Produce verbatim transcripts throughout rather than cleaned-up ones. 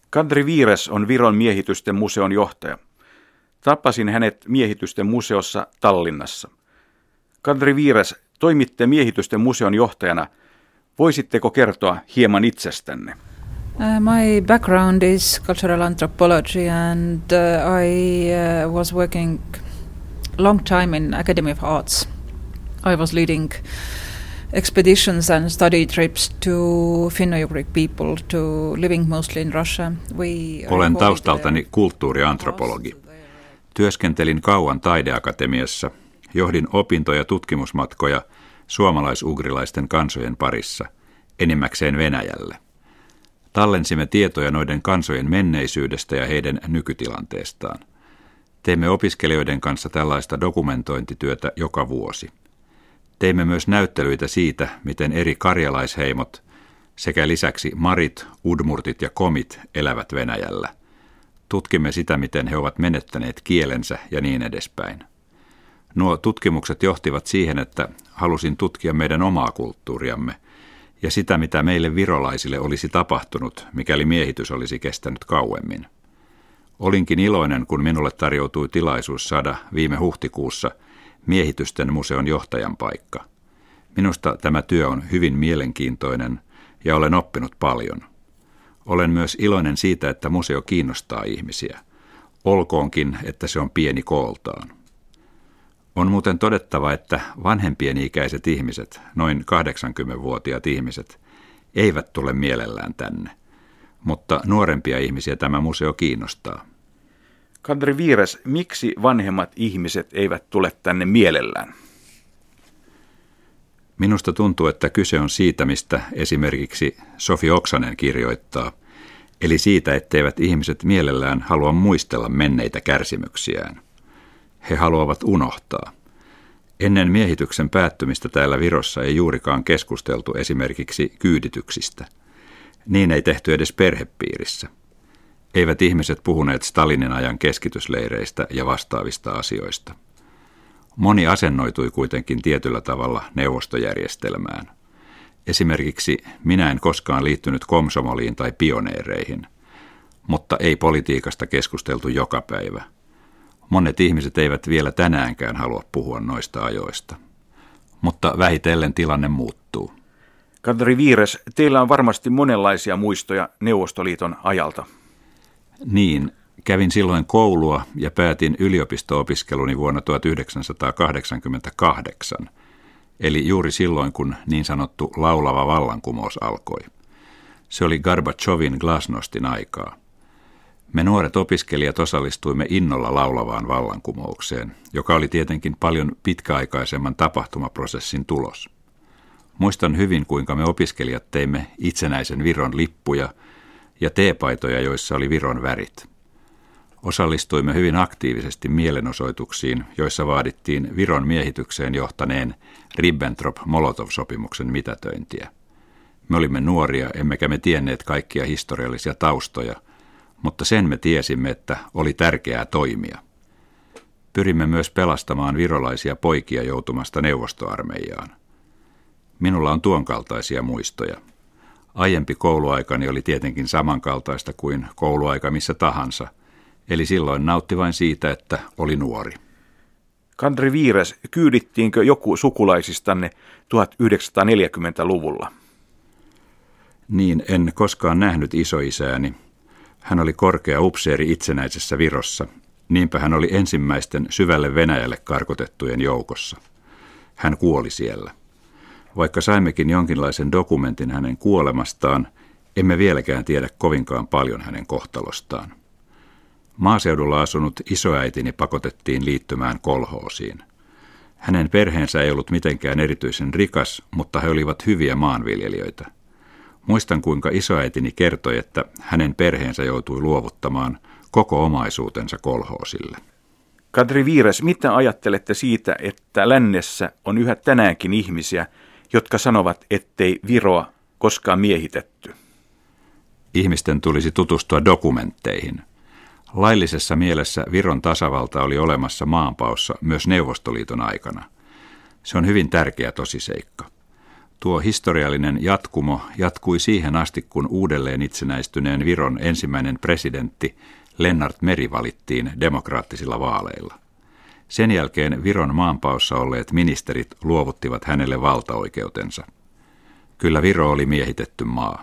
Kadriviires on Viron miehitysten museon johtaja. Tapasin hänet miehitysten museossa Tallinnassa. Kadriviires, toimitte miehitysten museon johtajana. Voisitteko kertoa hieman itsestänne? Uh, my background is cultural anthropology and uh, I uh, was working long time in Academy of Arts. I was leading expeditions and study trips to Finno-Ugric people to living mostly in Russia. We Olen taustaltani kulttuuriantropologi. Työskentelin kauan taideakatemiassa, johdin opinto- ja tutkimusmatkoja suomalais-ugrilaisten kansojen parissa, enimmäkseen Venäjälle. Tallensimme tietoja noiden kansojen menneisyydestä ja heidän nykytilanteestaan. Teimme opiskelijoiden kanssa tällaista dokumentointityötä joka vuosi. Teimme myös näyttelyitä siitä, miten eri karjalaisheimot sekä lisäksi marit, udmurtit ja komit elävät Venäjällä. Tutkimme sitä, miten he ovat menettäneet kielensä ja niin edespäin. Nuo tutkimukset johtivat siihen, että halusin tutkia meidän omaa kulttuuriamme ja sitä, mitä meille virolaisille olisi tapahtunut, mikäli miehitys olisi kestänyt kauemmin. Olinkin iloinen, kun minulle tarjoutui tilaisuus saada viime huhtikuussa miehitysten museon johtajan paikka. Minusta tämä työ on hyvin mielenkiintoinen ja olen oppinut paljon. Olen myös iloinen siitä, että museo kiinnostaa ihmisiä. Olkoonkin, että se on pieni kooltaan. On muuten todettava, että vanhempien ikäiset ihmiset, noin kahdeksankymmenvuotiaat ihmiset, eivät tule mielellään tänne. Mutta nuorempia ihmisiä tämä museo kiinnostaa. Kadriviires, miksi vanhemmat ihmiset eivät tule tänne mielellään? Minusta tuntuu, että kyse on siitä, mistä esimerkiksi Sofi Oksanen kirjoittaa, eli siitä, etteivät ihmiset mielellään halua muistella menneitä kärsimyksiään. He haluavat unohtaa. Ennen miehityksen päättymistä täällä Virossa ei juurikaan keskusteltu esimerkiksi kyydityksistä. Niin ei tehty edes perhepiirissä. Eivät ihmiset puhuneet Stalinin ajan keskitysleireistä ja vastaavista asioista. Moni asennoitui kuitenkin tietyllä tavalla neuvostojärjestelmään. Esimerkiksi minä en koskaan liittynyt komsomoliin tai pioneereihin, mutta ei politiikasta keskusteltu joka päivä. Monet ihmiset eivät vielä tänäänkään halua puhua noista ajoista. Mutta vähitellen tilanne muuttuu. Kadriviires, teillä on varmasti monenlaisia muistoja Neuvostoliiton ajalta. Niin, kävin silloin koulua ja päätin yliopisto-opiskeluni vuonna tuhatyhdeksänsataakahdeksankymmentäkahdeksan, eli juuri silloin, kun niin sanottu laulava vallankumous alkoi. Se oli Gorbatsovin glasnostin aikaa. Me nuoret opiskelijat osallistuimme innolla laulavaan vallankumoukseen, joka oli tietenkin paljon pitkäaikaisemman tapahtumaprosessin tulos. Muistan hyvin, kuinka me opiskelijat teimme itsenäisen Viron lippuja ja teepaitoja, joissa oli Viron värit. Osallistuimme hyvin aktiivisesti mielenosoituksiin, joissa vaadittiin Viron miehitykseen johtaneen Ribbentrop-Molotov-sopimuksen mitätöintiä. Me olimme nuoria, emmekä me tienneet kaikkia historiallisia taustoja, mutta sen me tiesimme, että oli tärkeää toimia. Pyrimme myös pelastamaan virolaisia poikia joutumasta neuvostoarmeijaan. Minulla on tuon kaltaisia muistoja. Aiempi kouluaikani oli tietenkin samankaltaista kuin kouluaika missä tahansa, eli silloin nautti vain siitä, että oli nuori. Kadriviires, kyydittiinkö joku sukulaisistanne tuhatyhdeksänsataaneljäkymmentäluvulla? Niin, en koskaan nähnyt isoisääni. Hän oli korkea upseeri itsenäisessä Virossa, niinpä hän oli ensimmäisten syvälle Venäjälle karkotettujen joukossa. Hän kuoli siellä. Vaikka saimmekin jonkinlaisen dokumentin hänen kuolemastaan, emme vieläkään tiedä kovinkaan paljon hänen kohtalostaan. Maaseudulla asunut isoäitini pakotettiin liittymään kolhoosiin. Hänen perheensä ei ollut mitenkään erityisen rikas, mutta he olivat hyviä maanviljelijöitä. Muistan, kuinka isoäitini kertoi, että hänen perheensä joutui luovuttamaan koko omaisuutensa kolhoosille. Kadriviires, mitä ajattelette siitä, että lännessä on yhä tänäänkin ihmisiä, jotka sanovat, ettei Viroa koskaan miehitetty? Ihmisten tulisi tutustua dokumentteihin. Laillisessa mielessä Viron tasavalta oli olemassa maanpaossa myös Neuvostoliiton aikana. Se on hyvin tärkeä tosiseikka. Tuo historiallinen jatkumo jatkui siihen asti, kun uudelleen itsenäistyneen Viron ensimmäinen presidentti Lennart Meri valittiin demokraattisilla vaaleilla. Sen jälkeen Viron maanpaossa olleet ministerit luovuttivat hänelle valtaoikeutensa. Kyllä Viro oli miehitetty maa.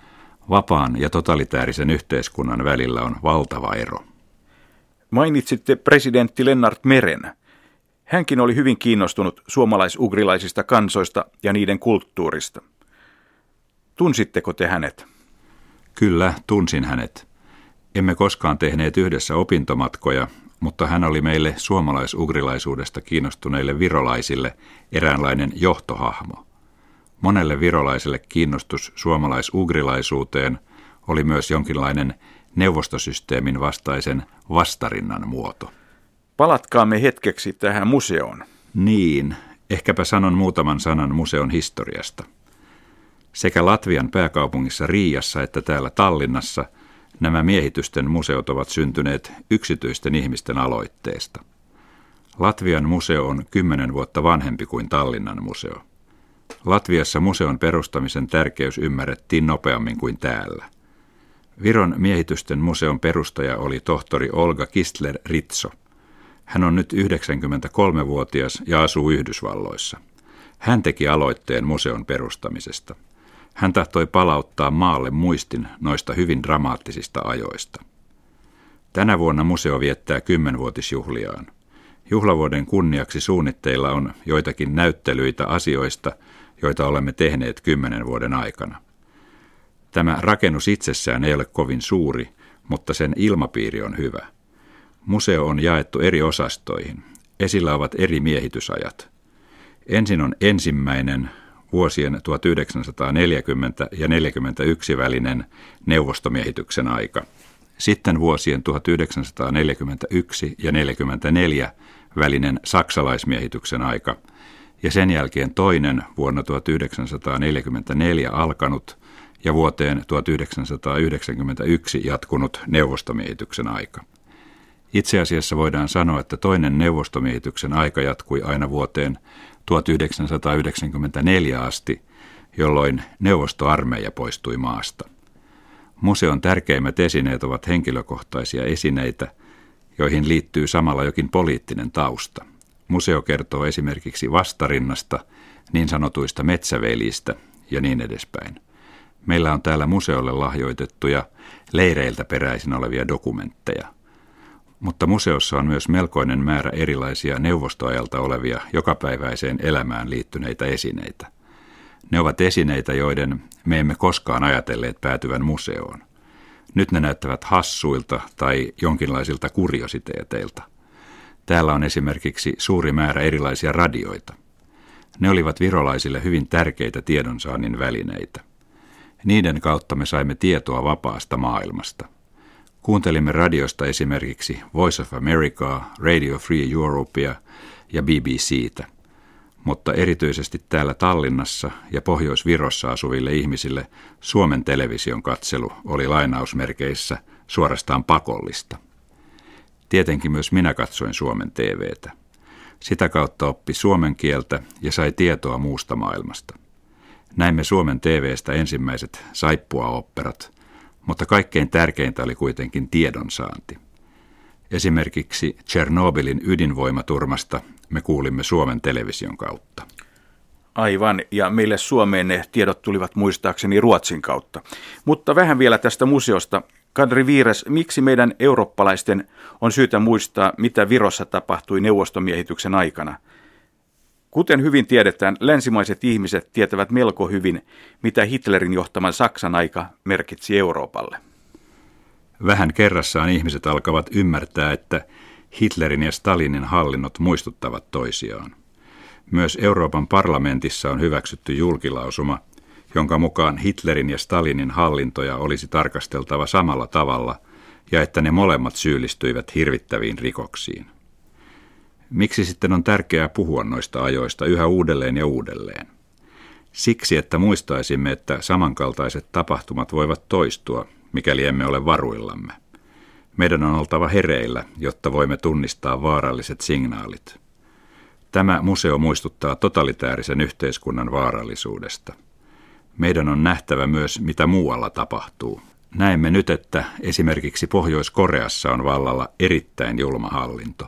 Vapaan ja totalitäärisen yhteiskunnan välillä on valtava ero. Mainitsitte presidentti Lennart Meren. Hänkin oli hyvin kiinnostunut suomalais-ugrilaisista kansoista ja niiden kulttuurista. Tunsitteko te hänet? Kyllä, tunsin hänet. Emme koskaan tehneet yhdessä opintomatkoja, mutta hän oli meille suomalais-ugrilaisuudesta kiinnostuneille virolaisille eräänlainen johtohahmo. Monelle virolaiselle kiinnostus suomalais-ugrilaisuuteen oli myös jonkinlainen neuvostosysteemin vastaisen vastarinnan muoto. Palatkaamme hetkeksi tähän museoon. Niin, ehkäpä sanon muutaman sanan museon historiasta. Sekä Latvian pääkaupungissa Riiassa että täällä Tallinnassa nämä miehitysten museot ovat syntyneet yksityisten ihmisten aloitteesta. Latvian museo on kymmenen vuotta vanhempi kuin Tallinnan museo. Latviassa museon perustamisen tärkeys ymmärrettiin nopeammin kuin täällä. Viron miehitysten museon perustaja oli tohtori Olga Kistler-Ritso. Hän on nyt yhdeksänkymmentäkolmevuotias ja asuu Yhdysvalloissa. Hän teki aloitteen museon perustamisesta. Hän tahtoi palauttaa maalle muistin noista hyvin dramaattisista ajoista. Tänä vuonna museo viettää kymmenvuotisjuhliaan. Juhlavuoden kunniaksi suunnitteilla on joitakin näyttelyitä asioista, joita olemme tehneet kymmenen vuoden aikana. Tämä rakennus itsessään ei ole kovin suuri, mutta sen ilmapiiri on hyvä. Museo on jaettu eri osastoihin. Esillä ovat eri miehitysajat. Ensin on ensimmäinen vuosien tuhatyhdeksänsataaneljäkymmentä ja neljäkymmentäyksi välinen neuvostomiehityksen aika. Sitten vuosien tuhatyhdeksänsataaneljäkymmentäyksi ja neljäkymmentäneljä välinen saksalaismiehityksen aika. Ja sen jälkeen toinen vuonna tuhatyhdeksänsataaneljäkymmentäneljä alkanut ja vuoteen tuhatyhdeksänsataayhdeksänkymmentäyksi jatkunut neuvostomiehityksen aika. Itse asiassa voidaan sanoa, että toinen neuvostomiehityksen aika jatkui aina vuoteen tuhatyhdeksänsataayhdeksänkymmentäneljä asti, jolloin neuvostoarmeija poistui maasta. Museon tärkeimmät esineet ovat henkilökohtaisia esineitä, joihin liittyy samalla jokin poliittinen tausta. Museo kertoo esimerkiksi vastarinnasta, niin sanotuista metsävelistä ja niin edespäin. Meillä on täällä museolle lahjoitettuja leireiltä peräisin olevia dokumentteja. Mutta museossa on myös melkoinen määrä erilaisia neuvostoajalta olevia jokapäiväiseen elämään liittyneitä esineitä. Ne ovat esineitä, joiden me emme koskaan ajatelleet päätyvän museoon. Nyt ne näyttävät hassuilta tai jonkinlaisilta kuriositeeteilta. Täällä on esimerkiksi suuri määrä erilaisia radioita. Ne olivat virolaisille hyvin tärkeitä tiedonsaannin välineitä. Niiden kautta me saimme tietoa vapaasta maailmasta. Kuuntelimme radiosta esimerkiksi Voice of Americaa, Radio Free Europea ja B B C:tä. Mutta erityisesti täällä Tallinnassa ja Pohjois-Virossa asuville ihmisille Suomen television katselu oli lainausmerkeissä suorastaan pakollista. Tietenkin myös minä katsoin Suomen T V:tä. Sitä kautta oppi suomen kieltä ja sai tietoa muusta maailmasta. Näimme Suomen T V:stä ensimmäiset saippuaoopperat, mutta kaikkein tärkeintä oli kuitenkin tiedonsaanti. Esimerkiksi Tšernobylin ydinvoimaturmasta me kuulimme Suomen television kautta. Aivan, ja meille Suomeen ne tiedot tulivat muistaakseni Ruotsin kautta. Mutta vähän vielä tästä museosta. Kadri Vires, miksi meidän eurooppalaisten on syytä muistaa, mitä Virossa tapahtui neuvostomiehityksen aikana? Kuten hyvin tiedetään, länsimaiset ihmiset tietävät melko hyvin, mitä Hitlerin johtaman Saksan aika merkitsi Euroopalle. Vähän kerrassaan ihmiset alkavat ymmärtää, että Hitlerin ja Stalinin hallinnot muistuttavat toisiaan. Myös Euroopan parlamentissa on hyväksytty julkilausuma, jonka mukaan Hitlerin ja Stalinin hallintoja olisi tarkasteltava samalla tavalla ja että ne molemmat syyllistyivät hirvittäviin rikoksiin. Miksi sitten on tärkeää puhua noista ajoista yhä uudelleen ja uudelleen? Siksi, että muistaisimme, että samankaltaiset tapahtumat voivat toistua, mikäli emme ole varuillamme. Meidän on oltava hereillä, jotta voimme tunnistaa vaaralliset signaalit. Tämä museo muistuttaa totalitäärisen yhteiskunnan vaarallisuudesta. Meidän on nähtävä myös, mitä muualla tapahtuu. Näemme nyt, että esimerkiksi Pohjois-Koreassa on vallalla erittäin julma hallinto.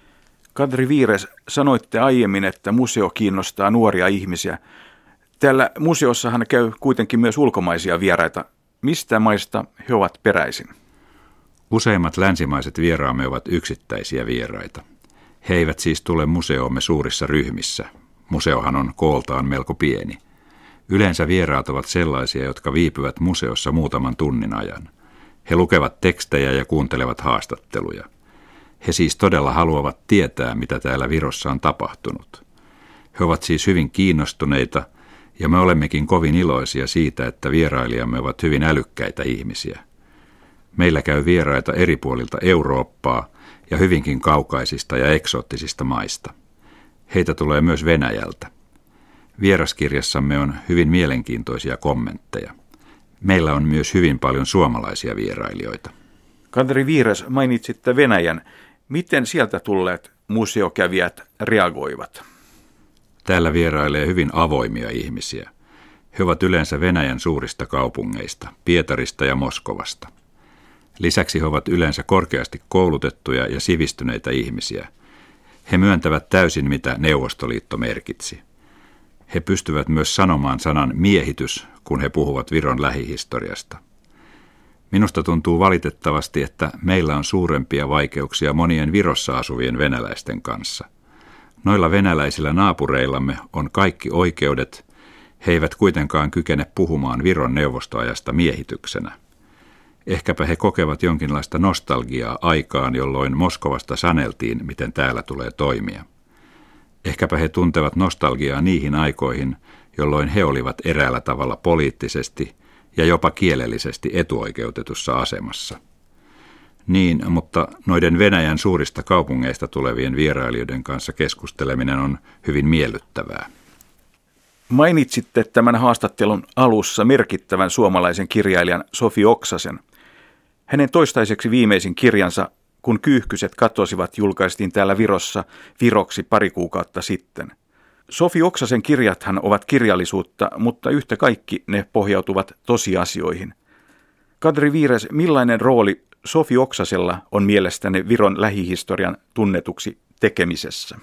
Kadri Vires, sanoitte aiemmin, että museo kiinnostaa nuoria ihmisiä. Täällä museossahan käy kuitenkin myös ulkomaisia vieraita. Mistä maista he ovat peräisin? Useimmat länsimaiset vieraamme ovat yksittäisiä vieraita. He eivät siis tule museoomme suurissa ryhmissä. Museohan on kooltaan melko pieni. Yleensä vieraat ovat sellaisia, jotka viipyvät museossa muutaman tunnin ajan. He lukevat tekstejä ja kuuntelevat haastatteluja. He siis todella haluavat tietää, mitä täällä Virossa on tapahtunut. He ovat siis hyvin kiinnostuneita, ja me olemmekin kovin iloisia siitä, että vierailijamme ovat hyvin älykkäitä ihmisiä. Meillä käy vieraita eri puolilta Eurooppaa ja hyvinkin kaukaisista ja eksoottisista maista. Heitä tulee myös Venäjältä. Vieraskirjassamme on hyvin mielenkiintoisia kommentteja. Meillä on myös hyvin paljon suomalaisia vierailijoita. Kadri Vires, mainitsitte Venäjän. Miten sieltä tulleet museokävijät reagoivat? Täällä vierailee hyvin avoimia ihmisiä. He ovat yleensä Venäjän suurista kaupungeista, Pietarista ja Moskovasta. Lisäksi he ovat yleensä korkeasti koulutettuja ja sivistyneitä ihmisiä. He myöntävät täysin, mitä Neuvostoliitto merkitsi. He pystyvät myös sanomaan sanan miehitys, kun he puhuvat Viron lähihistoriasta. Minusta tuntuu valitettavasti, että meillä on suurempia vaikeuksia monien Virossa asuvien venäläisten kanssa. Noilla venäläisillä naapureillamme on kaikki oikeudet, he eivät kuitenkaan kykene puhumaan Viron neuvostoajasta miehityksenä. Ehkäpä he kokevat jonkinlaista nostalgiaa aikaan, jolloin Moskovasta saneltiin, miten täällä tulee toimia. Ehkäpä he tuntevat nostalgiaa niihin aikoihin, jolloin he olivat eräällä tavalla poliittisesti ja jopa kielellisesti etuoikeutetussa asemassa. Niin, mutta noiden Venäjän suurista kaupungeista tulevien vierailijoiden kanssa keskusteleminen on hyvin miellyttävää. Mainitsitte tämän haastattelun alussa merkittävän suomalaisen kirjailijan Sofi Oksasen. Hänen toistaiseksi viimeisin kirjansa Kun kyyhkyset katosivat julkaistiin täällä Virossa viroksi pari kuukautta sitten. Sofi Oksasen kirjathan ovat kirjallisuutta, mutta yhtä kaikki ne pohjautuvat tosiasioihin. Kadri Vires, millainen rooli Sofi Oksasella on mielestäni Viron lähihistorian tunnetuksi tekemisessä?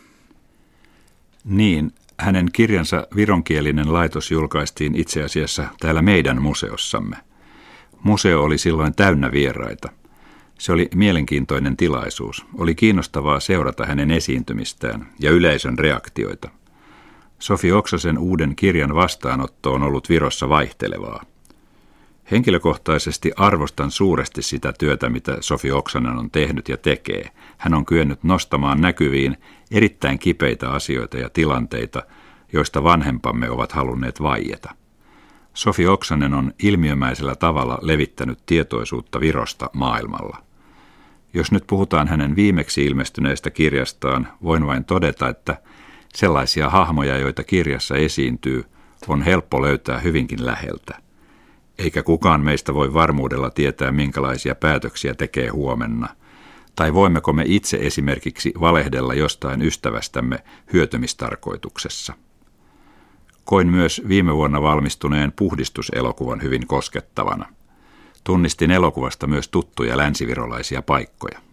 Niin, hänen kirjansa Vironkielinen laitos julkaistiin itse asiassa täällä meidän museossamme. Museo oli silloin täynnä vieraita. Se oli mielenkiintoinen tilaisuus. Oli kiinnostavaa seurata hänen esiintymistään ja yleisön reaktioita. Sofi Oksasen uuden kirjan vastaanotto on ollut Virossa vaihtelevaa. Henkilökohtaisesti arvostan suuresti sitä työtä, mitä Sofi Oksanen on tehnyt ja tekee. Hän on kyennyt nostamaan näkyviin erittäin kipeitä asioita ja tilanteita, joista vanhempamme ovat halunneet vaieta. Sofi Oksanen on ilmiömäisellä tavalla levittänyt tietoisuutta Virosta maailmalla. Jos nyt puhutaan hänen viimeksi ilmestyneestä kirjastaan, voin vain todeta, että sellaisia hahmoja, joita kirjassa esiintyy, on helppo löytää hyvinkin läheltä. Eikä kukaan meistä voi varmuudella tietää, minkälaisia päätöksiä tekee huomenna, tai voimmeko me itse esimerkiksi valehdella jostain ystävästämme hyötymistarkoituksessa. Koin myös viime vuonna valmistuneen puhdistuselokuvan hyvin koskettavana. Tunnistin elokuvasta myös tuttuja länsivirolaisia paikkoja.